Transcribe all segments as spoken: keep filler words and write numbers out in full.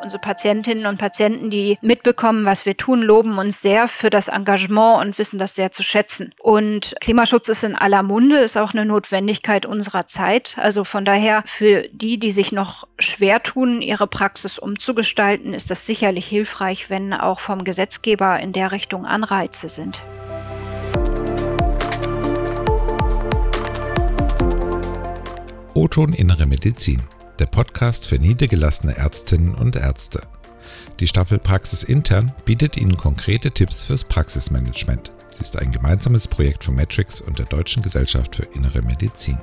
Unsere Patientinnen und Patienten, die mitbekommen, was wir tun, loben uns sehr für das Engagement und wissen das sehr zu schätzen. Und Klimaschutz ist in aller Munde, ist auch eine Notwendigkeit unserer Zeit. Also von daher für die, die sich noch schwer tun, ihre Praxis umzugestalten, ist das sicherlich hilfreich, wenn auch vom Gesetzgeber in der Richtung Anreize sind. O-Ton Innere Medizin, der Podcast für niedergelassene Ärztinnen und Ärzte. Die Staffel Praxis Intern bietet Ihnen konkrete Tipps fürs Praxismanagement. Sie ist ein gemeinsames Projekt von Metrics und der Deutschen Gesellschaft für Innere Medizin.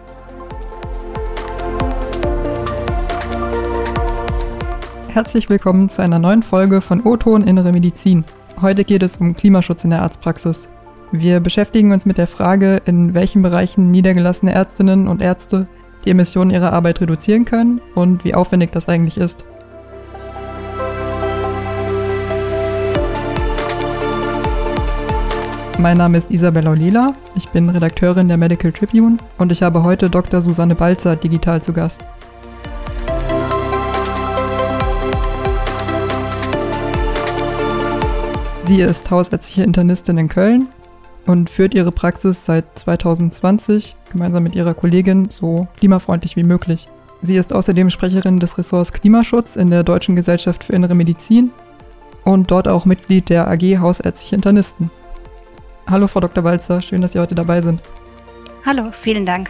Herzlich willkommen zu einer neuen Folge von O-Ton Innere Medizin. Heute geht es um Klimaschutz in der Arztpraxis. Wir beschäftigen uns mit der Frage, in welchen Bereichen niedergelassene Ärztinnen und Ärzte die Emissionen ihrer Arbeit reduzieren können und wie aufwendig das eigentlich ist. Mein Name ist Isabella Olela, ich bin Redakteurin der Medical Tribune und ich habe heute Doktor Susanne Balzer digital zu Gast. Sie ist hausärztliche Internistin in Köln und führt ihre Praxis seit zweitausendzwanzig gemeinsam mit ihrer Kollegin so klimafreundlich wie möglich. Sie ist außerdem Sprecherin des Ressorts Klimaschutz in der Deutschen Gesellschaft für Innere Medizin und dort auch Mitglied der A G Hausärztliche Internisten. Hallo Frau Doktor Balzer, schön, dass Sie heute dabei sind. Hallo, vielen Dank.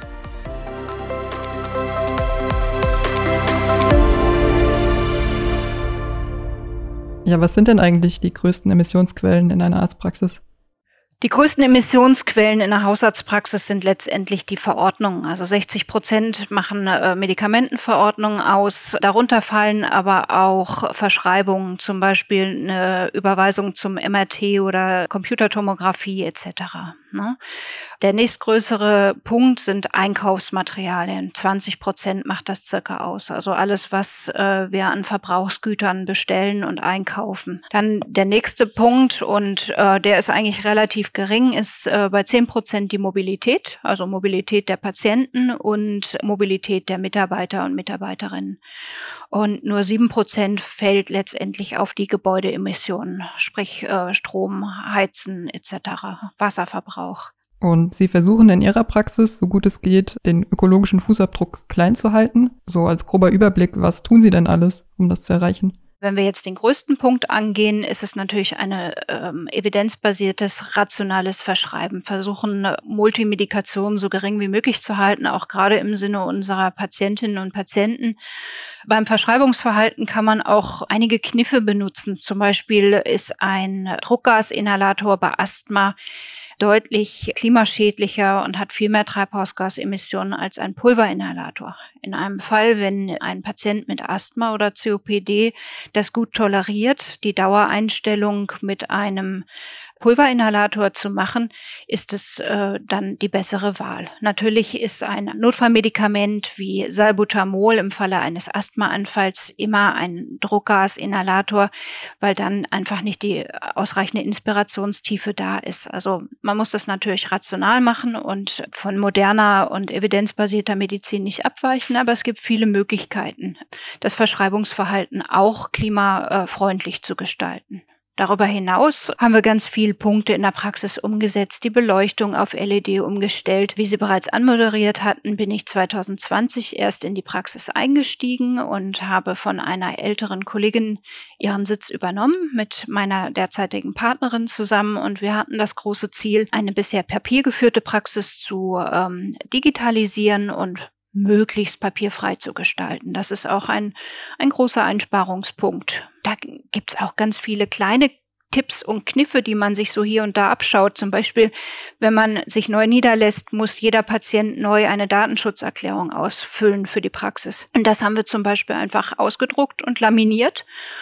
Ja, was sind denn eigentlich die größten Emissionsquellen in einer Arztpraxis? Die größten Emissionsquellen in der Hausarztpraxis sind letztendlich die Verordnungen. Also sechzig Prozent machen äh, Medikamentenverordnungen aus. Darunter fallen aber auch Verschreibungen, zum Beispiel eine Überweisung zum M R T oder Computertomographie et cetera. Ne? Der nächstgrößere Punkt sind Einkaufsmaterialien. zwanzig Prozent macht das circa aus. Also alles, was äh, wir an Verbrauchsgütern bestellen und einkaufen. Dann der nächste Punkt, und äh, der ist eigentlich relativ gering, ist äh, bei zehn Prozent die Mobilität, also Mobilität der Patienten und Mobilität der Mitarbeiter und Mitarbeiterinnen. Und nur sieben Prozent fällt letztendlich auf die Gebäudeemissionen, sprich äh, Strom, Heizen et cetera, Wasserverbrauch. Und Sie versuchen in Ihrer Praxis, so gut es geht, den ökologischen Fußabdruck klein zu halten. So als grober Überblick, was tun Sie denn alles, um das zu erreichen? Wenn wir jetzt den größten Punkt angehen, ist es natürlich ein ähm, evidenzbasiertes, rationales Verschreiben. Versuchen, Multimedikation so gering wie möglich zu halten, auch gerade im Sinne unserer Patientinnen und Patienten. Beim Verschreibungsverhalten kann man auch einige Kniffe benutzen. Zum Beispiel ist ein Druckgasinhalator bei Asthma deutlich klimaschädlicher und hat viel mehr Treibhausgasemissionen als ein Pulverinhalator. In einem Fall, wenn ein Patient mit Asthma oder C O P D das gut toleriert, die Dauereinstellung mit einem Pulverinhalator zu machen, ist es äh, dann die bessere Wahl. Natürlich ist ein Notfallmedikament wie Salbutamol im Falle eines Asthmaanfalls immer ein Druckgasinhalator, weil dann einfach nicht die ausreichende Inspirationstiefe da ist. Also man muss das natürlich rational machen und von moderner und evidenzbasierter Medizin nicht abweichen, aber es gibt viele Möglichkeiten, das Verschreibungsverhalten auch klimafreundlich zu gestalten. Darüber hinaus haben wir ganz viele Punkte in der Praxis umgesetzt, die Beleuchtung auf L E D umgestellt. Wie Sie bereits anmoderiert hatten, bin ich zweitausendzwanzig erst in die Praxis eingestiegen und habe von einer älteren Kollegin ihren Sitz übernommen mit meiner derzeitigen Partnerin zusammen. Und wir hatten das große Ziel, eine bisher papiergeführte Praxis zu ähm, digitalisieren und möglichst papierfrei zu gestalten. Das ist auch ein, ein großer Einsparungspunkt. Da gibt's auch ganz viele kleine Tipps und Kniffe, die man sich so hier und da abschaut. Zum Beispiel, wenn man sich neu niederlässt, muss jeder Patient neu eine Datenschutzerklärung ausfüllen für die Praxis. Und das haben wir zum Beispiel einfach ausgedruckt und laminiert.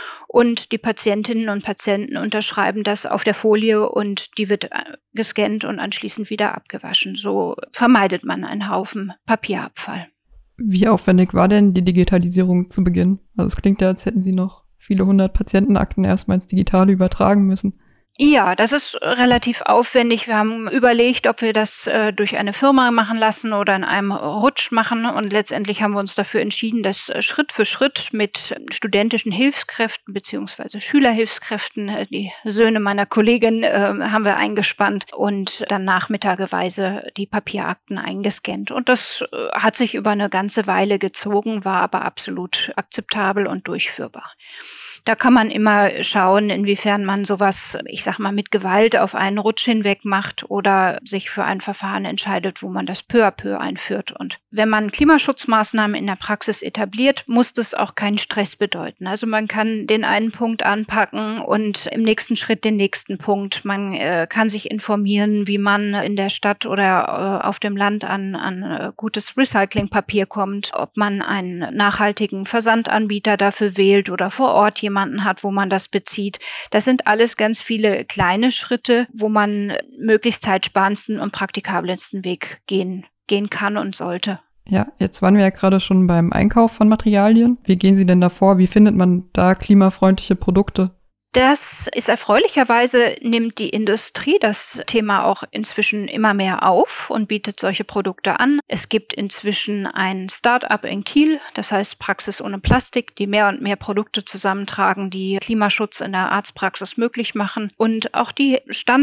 Und die Patientinnen und Patienten unterschreiben das auf der Folie und die wird gescannt und anschließend wieder abgewaschen. So vermeidet man einen Haufen Papierabfall. Wie aufwendig war denn die Digitalisierung zu Beginn? Also es klingt ja, als hätten Sie noch viele hundert Patientenakten erstmal ins Digitale übertragen müssen. Ja, das ist relativ aufwendig. Wir haben überlegt, ob wir das äh, durch eine Firma machen lassen oder in einem Rutsch machen. Und letztendlich haben wir uns dafür entschieden, das äh, Schritt für Schritt mit studentischen Hilfskräften beziehungsweise Schülerhilfskräften, äh, die Söhne meiner Kollegin, äh, haben wir eingespannt und dann nachmittageweise die Papierakten eingescannt. Und das äh, hat sich über eine ganze Weile gezogen, war aber absolut akzeptabel und durchführbar. Da kann man immer schauen, inwiefern man sowas, ich sag mal, mit Gewalt auf einen Rutsch hinweg macht oder sich für ein Verfahren entscheidet, wo man das peu à peu einführt. Und wenn man Klimaschutzmaßnahmen in der Praxis etabliert, muss das auch keinen Stress bedeuten. Also man kann den einen Punkt anpacken und im nächsten Schritt den nächsten Punkt. Man äh, kann sich informieren, wie man in der Stadt oder äh, auf dem Land an, an äh, gutes Recyclingpapier kommt, ob man einen nachhaltigen Versandanbieter dafür wählt oder vor Ort jemanden hat, wo man das bezieht. Das sind alles ganz viele kleine Schritte, wo man möglichst zeitsparendsten und praktikabelsten Weg gehen, gehen kann und sollte. Ja, jetzt waren wir ja gerade schon beim Einkauf von Materialien. Wie gehen Sie denn da vor? Wie findet man da klimafreundliche Produkte? Das ist erfreulicherweise, nimmt die Industrie das Thema auch inzwischen immer mehr auf und bietet solche Produkte an. Es gibt inzwischen ein Start-up in Kiel, das heißt Praxis ohne Plastik, die mehr und mehr Produkte zusammentragen, die Klimaschutz in der Arztpraxis möglich machen. Und auch die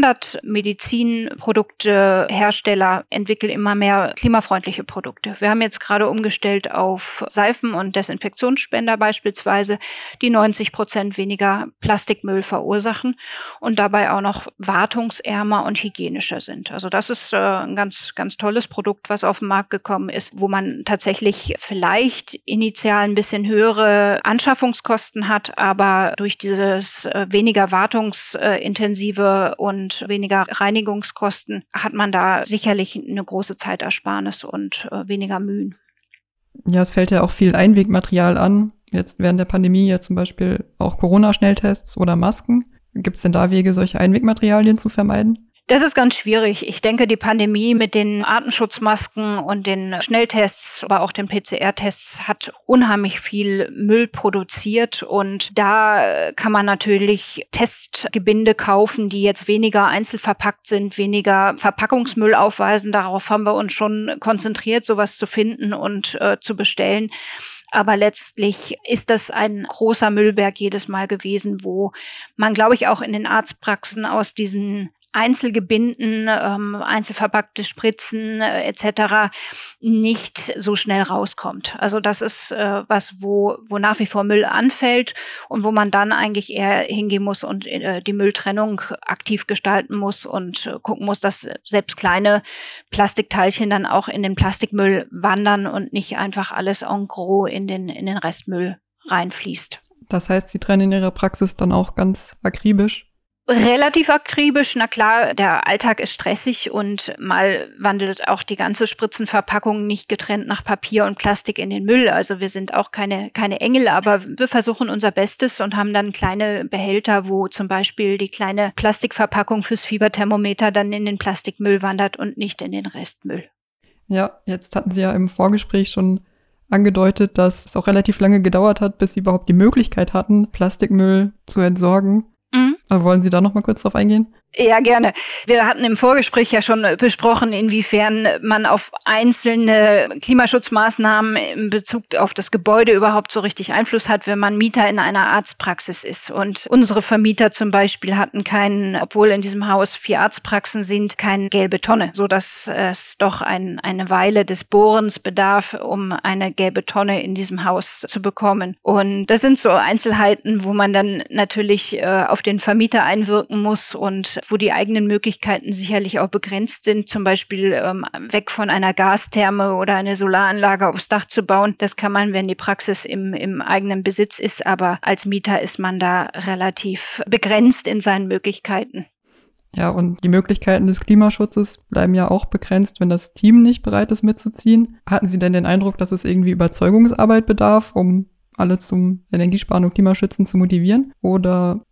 Standardmedizinproduktehersteller entwickeln immer mehr klimafreundliche Produkte. Wir haben jetzt gerade umgestellt auf Seifen und Desinfektionsspender beispielsweise, die neunzig Prozent weniger Plastik Müll verursachen und dabei auch noch wartungsärmer und hygienischer sind. Also das ist äh, ein ganz, ganz tolles Produkt, was auf den Markt gekommen ist, wo man tatsächlich vielleicht initial ein bisschen höhere Anschaffungskosten hat, aber durch dieses äh, weniger wartungsintensive und weniger Reinigungskosten hat man da sicherlich eine große Zeitersparnis und äh, weniger Mühen. Ja, es fällt ja auch viel Einwegmaterial an. Jetzt während der Pandemie ja zum Beispiel auch Corona-Schnelltests oder Masken. Gibt es denn da Wege, solche Einwegmaterialien zu vermeiden? Das ist ganz schwierig. Ich denke, die Pandemie mit den Atemschutzmasken und den Schnelltests, aber auch den P C R-Tests hat unheimlich viel Müll produziert. Und da kann man natürlich Testgebinde kaufen, die jetzt weniger einzelverpackt sind, weniger Verpackungsmüll aufweisen. Darauf haben wir uns schon konzentriert, sowas zu finden und äh, zu bestellen. Aber letztlich ist das ein großer Müllberg jedes Mal gewesen, wo man, glaube ich, auch in den Arztpraxen aus diesen Einzelgebinden, ähm, einzelverpackte Spritzen äh, et cetera nicht so schnell rauskommt. Also das ist äh, was, wo wo nach wie vor Müll anfällt und wo man dann eigentlich eher hingehen muss und äh, die Mülltrennung aktiv gestalten muss und äh, gucken muss, dass selbst kleine Plastikteilchen dann auch in den Plastikmüll wandern und nicht einfach alles en gros in den in den Restmüll reinfließt. Das heißt, Sie trennen in Ihrer Praxis dann auch ganz akribisch? Relativ akribisch, na klar, der Alltag ist stressig und mal wandelt auch die ganze Spritzenverpackung nicht getrennt nach Papier und Plastik in den Müll. Also wir sind auch keine keine Engel, aber wir versuchen unser Bestes und haben dann kleine Behälter, wo zum Beispiel die kleine Plastikverpackung fürs Fieberthermometer dann in den Plastikmüll wandert und nicht in den Restmüll. Ja, jetzt hatten Sie ja im Vorgespräch schon angedeutet, dass es auch relativ lange gedauert hat, bis Sie überhaupt die Möglichkeit hatten, Plastikmüll zu entsorgen. Mhm. Aber wollen Sie da noch mal kurz drauf eingehen? Ja, gerne. Wir hatten im Vorgespräch ja schon besprochen, inwiefern man auf einzelne Klimaschutzmaßnahmen in Bezug auf das Gebäude überhaupt so richtig Einfluss hat, wenn man Mieter in einer Arztpraxis ist. Und unsere Vermieter zum Beispiel hatten keinen, obwohl in diesem Haus vier Arztpraxen sind, keine gelbe Tonne, so dass es doch ein, eine Weile des Bohrens bedarf, um eine gelbe Tonne in diesem Haus zu bekommen. Und das sind so Einzelheiten, wo man dann natürlich äh, auf den Vermieter einwirken muss und wo die eigenen Möglichkeiten sicherlich auch begrenzt sind, zum Beispiel ähm, weg von einer Gastherme oder eine Solaranlage aufs Dach zu bauen. Das kann man, wenn die Praxis im, im eigenen Besitz ist, aber als Mieter ist man da relativ begrenzt in seinen Möglichkeiten. Ja, und die Möglichkeiten des Klimaschutzes bleiben ja auch begrenzt, wenn das Team nicht bereit ist mitzuziehen. Hatten Sie denn den Eindruck, dass es irgendwie Überzeugungsarbeit bedarf, um alle zum Energiesparen und Klimaschützen zu motivieren? Oder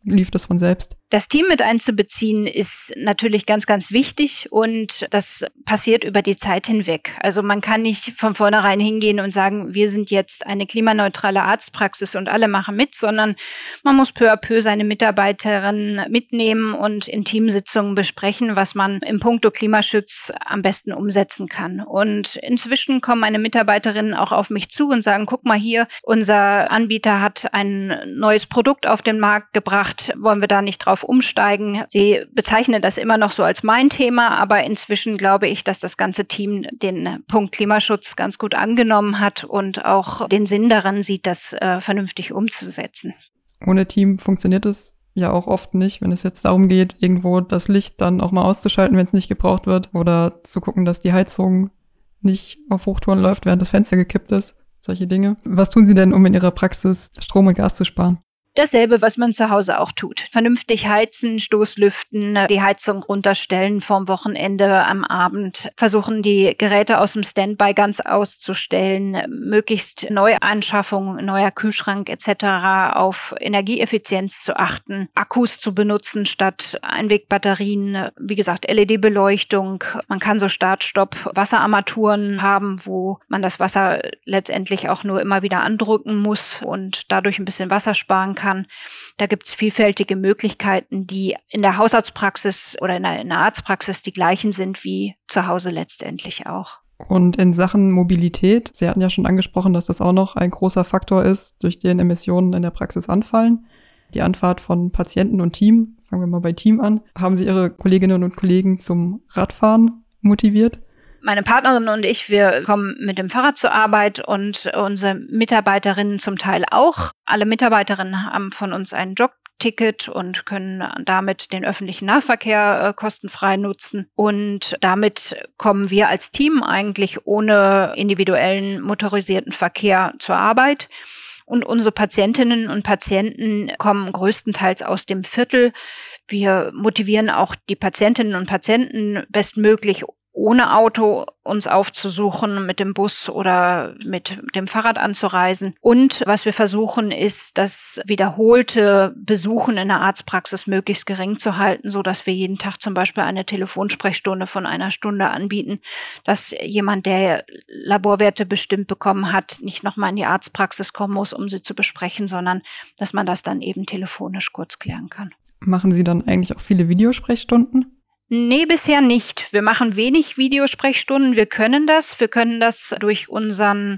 lief das von selbst? Das Team mit einzubeziehen ist natürlich ganz, ganz wichtig und das passiert über die Zeit hinweg. Also man kann nicht von vornherein hingehen und sagen, wir sind jetzt eine klimaneutrale Arztpraxis und alle machen mit, sondern man muss peu à peu seine Mitarbeiterinnen mitnehmen und in Teamsitzungen besprechen, was man im Punkto Klimaschutz am besten umsetzen kann. Und inzwischen kommen meine Mitarbeiterinnen auch auf mich zu und sagen, guck mal hier, unser Anbieter hat ein neues Produkt auf den Markt gebracht, wollen wir da nicht drauf umsteigen. Sie bezeichnen das immer noch so als mein Thema, aber inzwischen glaube ich, dass das ganze Team den Punkt Klimaschutz ganz gut angenommen hat und auch den Sinn daran sieht, das äh, vernünftig umzusetzen. Ohne Team funktioniert es ja auch oft nicht, wenn es jetzt darum geht, irgendwo das Licht dann auch mal auszuschalten, wenn es nicht gebraucht wird, oder zu gucken, dass die Heizung nicht auf Hochtouren läuft, während das Fenster gekippt ist. Solche Dinge. Was tun Sie denn, um in Ihrer Praxis Strom und Gas zu sparen? Dasselbe, was man zu Hause auch tut. Vernünftig heizen, Stoßlüften, die Heizung runterstellen vorm Wochenende am Abend, versuchen die Geräte aus dem Standby ganz auszustellen, möglichst Neuanschaffungen, neuer Kühlschrank et cetera auf Energieeffizienz zu achten, Akkus zu benutzen statt Einwegbatterien, wie gesagt L E D-Beleuchtung. Man kann so Start-Stopp-Wasserarmaturen haben, wo man das Wasser letztendlich auch nur immer wieder andrücken muss und dadurch ein bisschen Wasser sparen kann. Kann. Da gibt es vielfältige Möglichkeiten, die in der Hausarztpraxis oder in der, in der Arztpraxis die gleichen sind wie zu Hause letztendlich auch. Und in Sachen Mobilität, Sie hatten ja schon angesprochen, dass das auch noch ein großer Faktor ist, durch den Emissionen in der Praxis anfallen. Die Anfahrt von Patienten und Team, fangen wir mal bei Team an. Haben Sie Ihre Kolleginnen und Kollegen zum Radfahren motiviert? Meine Partnerin und ich, wir kommen mit dem Fahrrad zur Arbeit und unsere Mitarbeiterinnen zum Teil auch. Alle Mitarbeiterinnen haben von uns ein Jobticket und können damit den öffentlichen Nahverkehr äh, kostenfrei nutzen. Und damit kommen wir als Team eigentlich ohne individuellen motorisierten Verkehr zur Arbeit. Und unsere Patientinnen und Patienten kommen größtenteils aus dem Viertel. Wir motivieren auch die Patientinnen und Patienten bestmöglich ohne Auto uns aufzusuchen, mit dem Bus oder mit dem Fahrrad anzureisen. Und was wir versuchen, ist, das wiederholte Besuchen in der Arztpraxis möglichst gering zu halten, so dass wir jeden Tag zum Beispiel eine Telefonsprechstunde von einer Stunde anbieten, dass jemand, der Laborwerte bestimmt bekommen hat, nicht nochmal in die Arztpraxis kommen muss, um sie zu besprechen, sondern dass man das dann eben telefonisch kurz klären kann. Machen Sie dann eigentlich auch viele Videosprechstunden? Nee, bisher nicht. Wir machen wenig Videosprechstunden. Wir können das. Wir können das durch unseren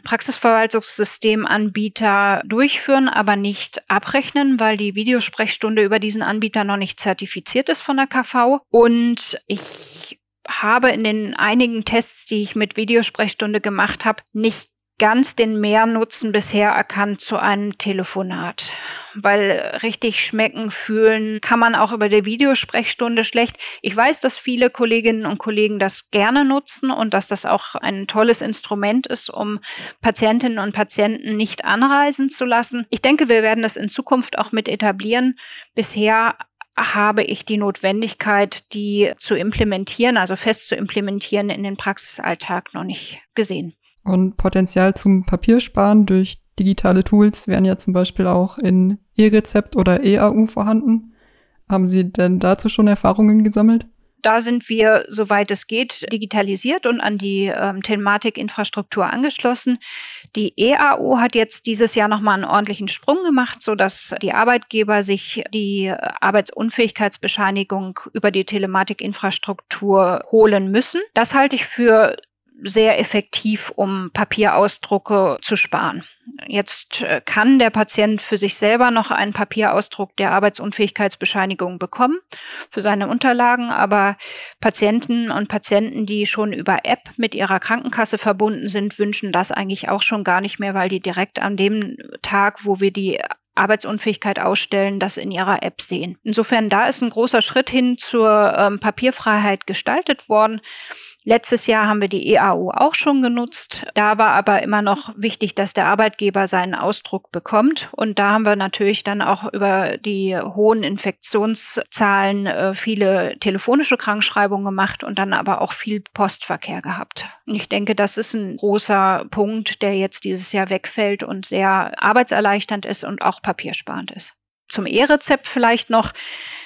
Praxisverwaltungssystemanbieter durchführen, aber nicht abrechnen, weil die Videosprechstunde über diesen Anbieter noch nicht zertifiziert ist von der K V. Und ich habe in den einigen Tests, die ich mit Videosprechstunde gemacht habe, nicht ganz den Mehrnutzen bisher erkannt zu einem Telefonat. Weil richtig schmecken, fühlen kann man auch über die Videosprechstunde schlecht. Ich weiß, dass viele Kolleginnen und Kollegen das gerne nutzen und dass das auch ein tolles Instrument ist, um Patientinnen und Patienten nicht anreisen zu lassen. Ich denke, wir werden das in Zukunft auch mit etablieren. Bisher habe ich die Notwendigkeit, die zu implementieren, also fest zu implementieren in den Praxisalltag noch nicht gesehen. Und Potenzial zum Papiersparen durch digitale Tools wären ja zum Beispiel auch in E-Rezept oder E A U vorhanden. Haben Sie denn dazu schon Erfahrungen gesammelt? Da sind wir, soweit es geht, digitalisiert und an die ähm, Telematik-Infrastruktur angeschlossen. Die E A U hat jetzt dieses Jahr nochmal einen ordentlichen Sprung gemacht, sodass die Arbeitgeber sich die Arbeitsunfähigkeitsbescheinigung über die Telematik-Infrastruktur holen müssen. Das halte ich für sehr effektiv, um Papierausdrucke zu sparen. Jetzt kann der Patient für sich selber noch einen Papierausdruck der Arbeitsunfähigkeitsbescheinigung bekommen für seine Unterlagen, aber Patienten und Patienten, die schon über App mit ihrer Krankenkasse verbunden sind, wünschen das eigentlich auch schon gar nicht mehr, weil die direkt an dem Tag, wo wir die Arbeitsunfähigkeit ausstellen, das in ihrer App sehen. Insofern, da ist ein großer Schritt hin zur ähm, Papierfreiheit gestaltet worden. Letztes Jahr haben wir die E A U auch schon genutzt. Da war aber immer noch wichtig, dass der Arbeitgeber seinen Ausdruck bekommt. Und da haben wir natürlich dann auch über die hohen Infektionszahlen äh, viele telefonische Krankschreibungen gemacht und dann aber auch viel Postverkehr gehabt. Und ich denke, das ist ein großer Punkt, der jetzt dieses Jahr wegfällt und sehr arbeitserleichternd ist und auch papiersparend ist. zum E-Rezept vielleicht noch.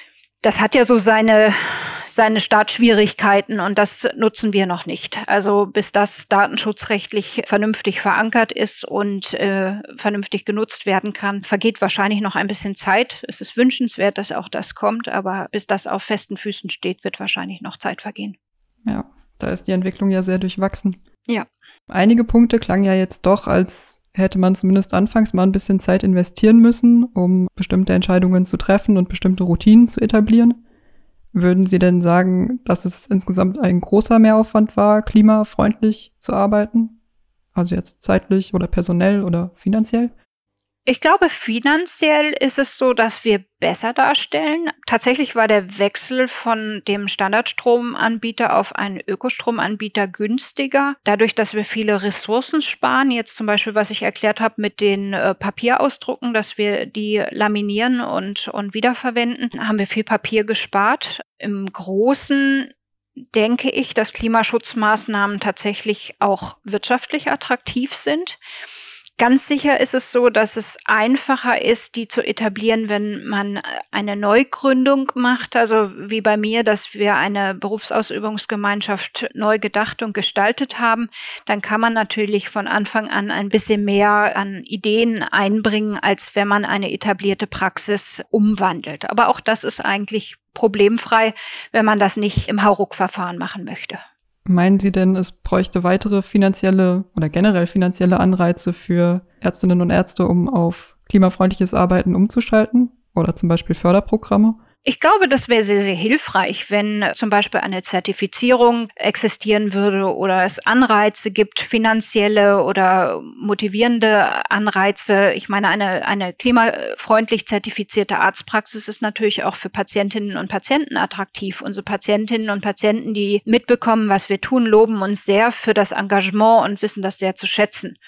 Das hat ja so seine, seine Startschwierigkeiten und das nutzen wir noch nicht. Also bis das datenschutzrechtlich vernünftig verankert ist und äh, vernünftig genutzt werden kann, vergeht wahrscheinlich noch ein bisschen Zeit. Es ist wünschenswert, dass auch das kommt, aber bis das auf festen Füßen steht, wird wahrscheinlich noch Zeit vergehen. Ja, da ist die Entwicklung ja sehr durchwachsen. Ja. Einige Punkte klangen ja jetzt doch, als hätte man zumindest anfangs mal ein bisschen Zeit investieren müssen, um bestimmte Entscheidungen zu treffen und bestimmte Routinen zu etablieren. Würden Sie denn sagen, dass es insgesamt ein großer Mehraufwand war, klimafreundlich zu arbeiten? Also jetzt zeitlich oder personell oder finanziell? Ich glaube, finanziell ist es so, dass wir besser darstellen. Tatsächlich war der Wechsel von dem Standardstromanbieter auf einen Ökostromanbieter günstiger. Dadurch, dass wir viele Ressourcen sparen, jetzt zum Beispiel, was ich erklärt habe mit den äh, Papierausdrucken, dass wir die laminieren und, und wiederverwenden, haben wir viel Papier gespart. Im Großen denke ich, dass Klimaschutzmaßnahmen tatsächlich auch wirtschaftlich attraktiv sind. Ganz sicher ist es so, dass es einfacher ist, die zu etablieren, wenn man eine Neugründung macht. Also wie bei mir, dass wir eine Berufsausübungsgemeinschaft neu gedacht und gestaltet haben. Dann kann man natürlich von Anfang an ein bisschen mehr an Ideen einbringen, als wenn man eine etablierte Praxis umwandelt. Aber auch das ist eigentlich problemfrei, wenn man das nicht im Hauruck-Verfahren machen möchte. Meinen Sie denn, es bräuchte weitere finanzielle oder generell finanzielle Anreize für Ärztinnen und Ärzte, um auf klimafreundliches Arbeiten umzuschalten? Oder zum Beispiel Förderprogramme? Ich glaube, das wäre sehr, sehr hilfreich, wenn zum Beispiel eine Zertifizierung existieren würde oder es Anreize gibt, finanzielle oder motivierende Anreize. Ich meine, eine, eine klimafreundlich zertifizierte Arztpraxis ist natürlich auch für Patientinnen und Patienten attraktiv. Unsere Patientinnen und Patienten, die mitbekommen, was wir tun, loben uns sehr für das Engagement und wissen das sehr zu schätzen.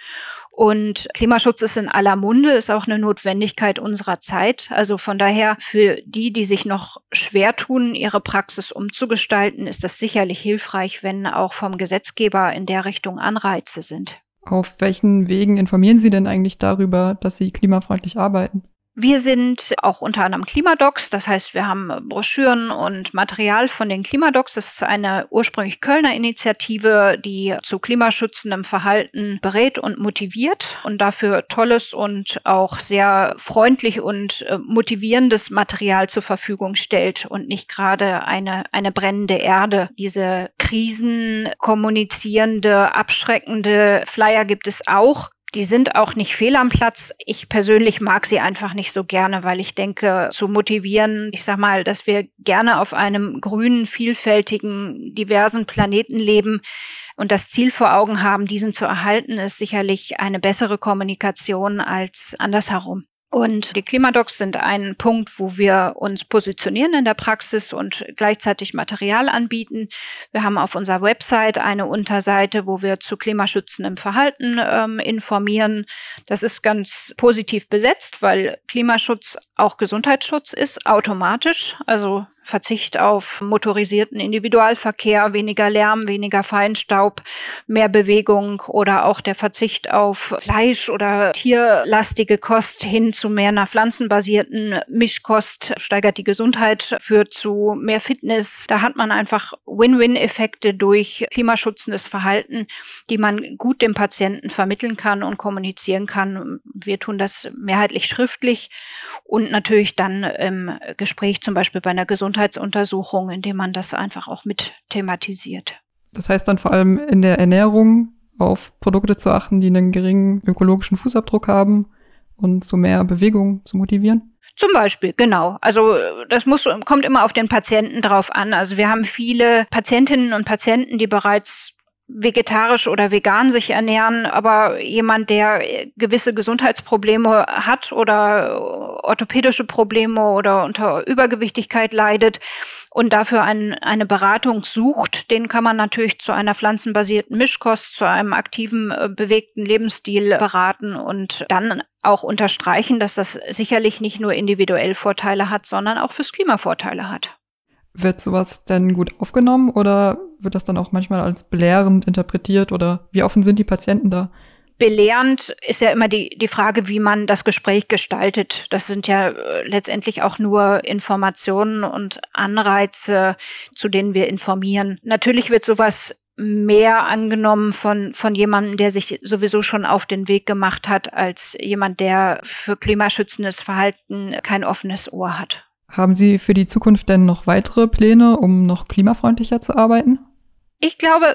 Und Klimaschutz ist in aller Munde, ist auch eine Notwendigkeit unserer Zeit. Also von daher für die, die sich noch schwer tun, ihre Praxis umzugestalten, ist das sicherlich hilfreich, wenn auch vom Gesetzgeber in der Richtung Anreize sind. Auf welchen Wegen informieren Sie denn eigentlich darüber, dass Sie klimafreundlich arbeiten? Wir sind auch unter anderem Klimadocs, das heißt, wir haben Broschüren und Material von den Klimadocs. Das ist eine ursprünglich Kölner Initiative, die zu klimaschützendem Verhalten berät und motiviert und dafür tolles und auch sehr freundlich und motivierendes Material zur Verfügung stellt und nicht gerade eine, eine brennende Erde. Diese krisenkommunizierende, abschreckende Flyer gibt es auch. Die sind auch nicht fehl am Platz. Ich persönlich mag sie einfach nicht so gerne, weil ich denke, zu motivieren, ich sag mal, dass wir gerne auf einem grünen, vielfältigen, diversen Planeten leben und das Ziel vor Augen haben, diesen zu erhalten, ist sicherlich eine bessere Kommunikation als andersherum. Und die Klimadocs sind ein Punkt, wo wir uns positionieren in der Praxis und gleichzeitig Material anbieten. Wir haben auf unserer Website eine Unterseite, wo wir zu klimaschützendem Verhalten ähm, informieren. Das ist ganz positiv besetzt, weil Klimaschutz auch Gesundheitsschutz ist, automatisch. Also Verzicht auf motorisierten Individualverkehr, weniger Lärm, weniger Feinstaub, mehr Bewegung oder auch der Verzicht auf Fleisch- oder tierlastige Kost hin zu mehr einer pflanzenbasierten Mischkost, steigert die Gesundheit, führt zu mehr Fitness. Da hat man einfach Win-Win-Effekte durch klimaschützendes Verhalten, die man gut dem Patienten vermitteln kann und kommunizieren kann. Wir tun das mehrheitlich schriftlich und natürlich dann im Gespräch, zum Beispiel bei einer Gesundheitsuntersuchung, indem man das einfach auch mit thematisiert. Das heißt dann vor allem in der Ernährung auf Produkte zu achten, die einen geringen ökologischen Fußabdruck haben und zu mehr Bewegung zu motivieren? Zum Beispiel, genau. Also das muss, kommt immer auf den Patienten drauf an. Also wir haben viele Patientinnen und Patienten, die bereits vegetarisch oder vegan sich ernähren, aber jemand, der gewisse Gesundheitsprobleme hat oder orthopädische Probleme oder unter Übergewichtigkeit leidet und dafür ein, eine Beratung sucht, den kann man natürlich zu einer pflanzenbasierten Mischkost, zu einem aktiven, bewegten Lebensstil beraten und dann auch unterstreichen, dass das sicherlich nicht nur individuell Vorteile hat, sondern auch fürs Klima Vorteile hat. Wird sowas denn gut aufgenommen oder wird das dann auch manchmal als belehrend interpretiert oder wie offen sind die Patienten da? Belehrend ist ja immer die, die Frage, wie man das Gespräch gestaltet. Das sind ja äh, letztendlich auch nur Informationen und Anreize, zu denen wir informieren. Natürlich wird sowas mehr angenommen von, von jemandem, der sich sowieso schon auf den Weg gemacht hat, als jemand, der für klimaschützendes Verhalten kein offenes Ohr hat. Haben Sie für die Zukunft denn noch weitere Pläne, um noch klimafreundlicher zu arbeiten? Ich glaube,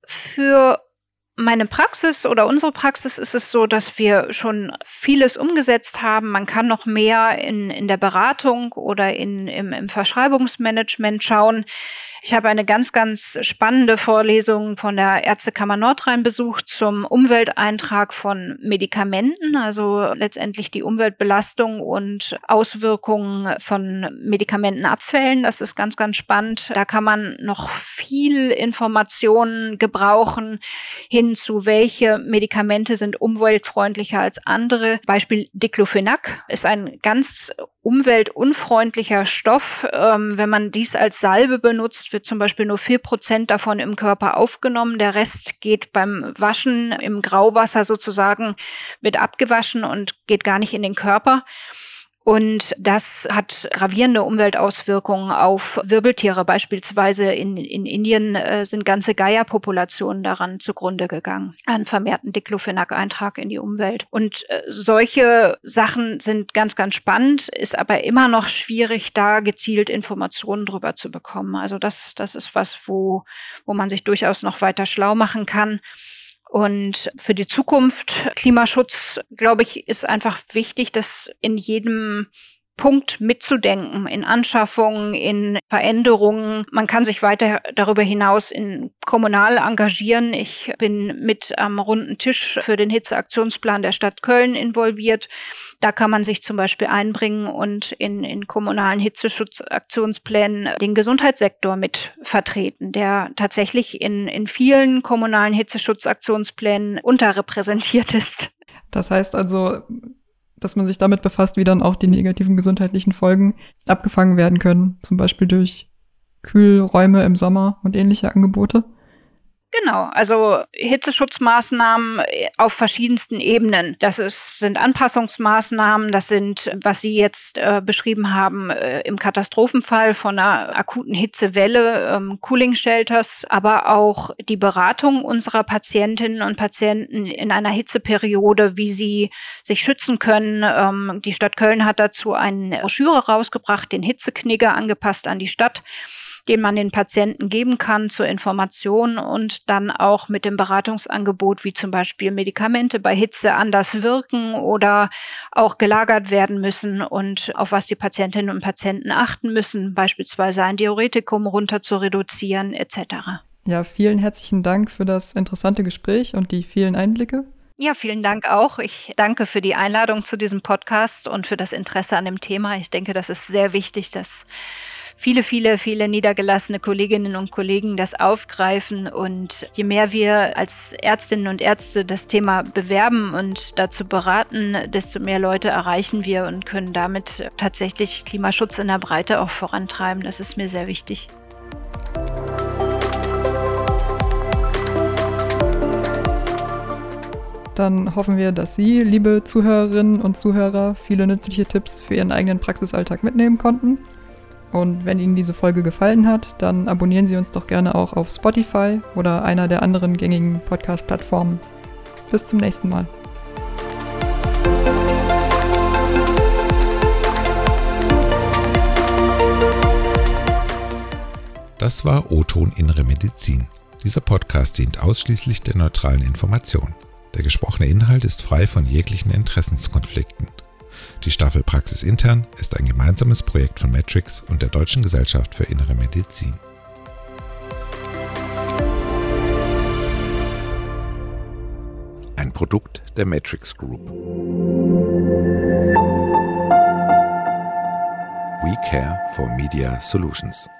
für meine Praxis oder unsere Praxis ist es so, dass wir schon vieles umgesetzt haben. Man kann noch mehr in, in der Beratung oder in, im, im Verschreibungsmanagement schauen. Ich habe eine ganz, ganz spannende Vorlesung von der Ärztekammer Nordrhein besucht zum Umwelteintrag von Medikamenten, also letztendlich die Umweltbelastung und Auswirkungen von Medikamentenabfällen. Das ist ganz, ganz spannend. Da kann man noch viel Informationen gebrauchen hin zu, welche Medikamente sind umweltfreundlicher als andere. Beispiel Diclofenac ist ein ganz umweltunfreundlicher Stoff. Ähm, wenn man dies als Salbe benutzt, wird zum Beispiel nur vier Prozent davon im Körper aufgenommen. Der Rest geht beim Waschen im Grauwasser sozusagen, wird abgewaschen und geht gar nicht in den Körper. Und das hat gravierende Umweltauswirkungen auf Wirbeltiere. Beispielsweise in, in Indien äh, sind ganze Geierpopulationen daran zugrunde gegangen, einen vermehrten Diclofenac-Eintrag in die Umwelt. Und äh, solche Sachen sind ganz, ganz spannend, ist aber immer noch schwierig, da gezielt Informationen drüber zu bekommen. Also das, das ist was, wo, wo man sich durchaus noch weiter schlau machen kann. Und für die Zukunft, Klimaschutz, glaube ich, ist einfach wichtig, dass in jedem Punkt mitzudenken, in Anschaffungen, in Veränderungen. Man kann sich weiter darüber hinaus in kommunal engagieren. Ich bin mit am runden Tisch für den Hitzeaktionsplan der Stadt Köln involviert. Da kann man sich zum Beispiel einbringen und in, in kommunalen Hitzeschutzaktionsplänen den Gesundheitssektor mit vertreten, der tatsächlich in, in vielen kommunalen Hitzeschutzaktionsplänen unterrepräsentiert ist. Das heißt also, dass man sich damit befasst, wie dann auch die negativen gesundheitlichen Folgen abgefangen werden können, zum Beispiel durch Kühlräume im Sommer und ähnliche Angebote. Genau, also Hitzeschutzmaßnahmen auf verschiedensten Ebenen. Das ist, sind Anpassungsmaßnahmen, das sind, was Sie jetzt äh, beschrieben haben, äh, im Katastrophenfall von einer akuten Hitzewelle, ähm, Cooling Shelters, aber auch die Beratung unserer Patientinnen und Patienten in einer Hitzeperiode, wie sie sich schützen können. Ähm, die Stadt Köln hat dazu eine Broschüre rausgebracht, den Hitzeknigger, angepasst an die Stadt, den man den Patienten geben kann zur Information und dann auch mit dem Beratungsangebot, wie zum Beispiel Medikamente bei Hitze anders wirken oder auch gelagert werden müssen und auf was die Patientinnen und Patienten achten müssen, beispielsweise ein Diuretikum runter zu reduzieren et cetera. Ja, vielen herzlichen Dank für das interessante Gespräch und die vielen Einblicke. Ja, vielen Dank auch. Ich danke für die Einladung zu diesem Podcast und für das Interesse an dem Thema. Ich denke, das ist sehr wichtig, dass viele, viele, viele niedergelassene Kolleginnen und Kollegen das aufgreifen. Und je mehr wir als Ärztinnen und Ärzte das Thema bewerben und dazu beraten, desto mehr Leute erreichen wir und können damit tatsächlich Klimaschutz in der Breite auch vorantreiben. Das ist mir sehr wichtig. Dann hoffen wir, dass Sie, liebe Zuhörerinnen und Zuhörer, viele nützliche Tipps für Ihren eigenen Praxisalltag mitnehmen konnten. Und wenn Ihnen diese Folge gefallen hat, dann abonnieren Sie uns doch gerne auch auf Spotify oder einer der anderen gängigen Podcast-Plattformen. Bis zum nächsten Mal. Das war O-Ton Innere Medizin. Dieser Podcast dient ausschließlich der neutralen Information. Der gesprochene Inhalt ist frei von jeglichen Interessenskonflikten. Die Staffel Praxis Intern ist ein gemeinsames Projekt von Matrix und der Deutschen Gesellschaft für Innere Medizin. Ein Produkt der Matrix Group. We care for Media Solutions.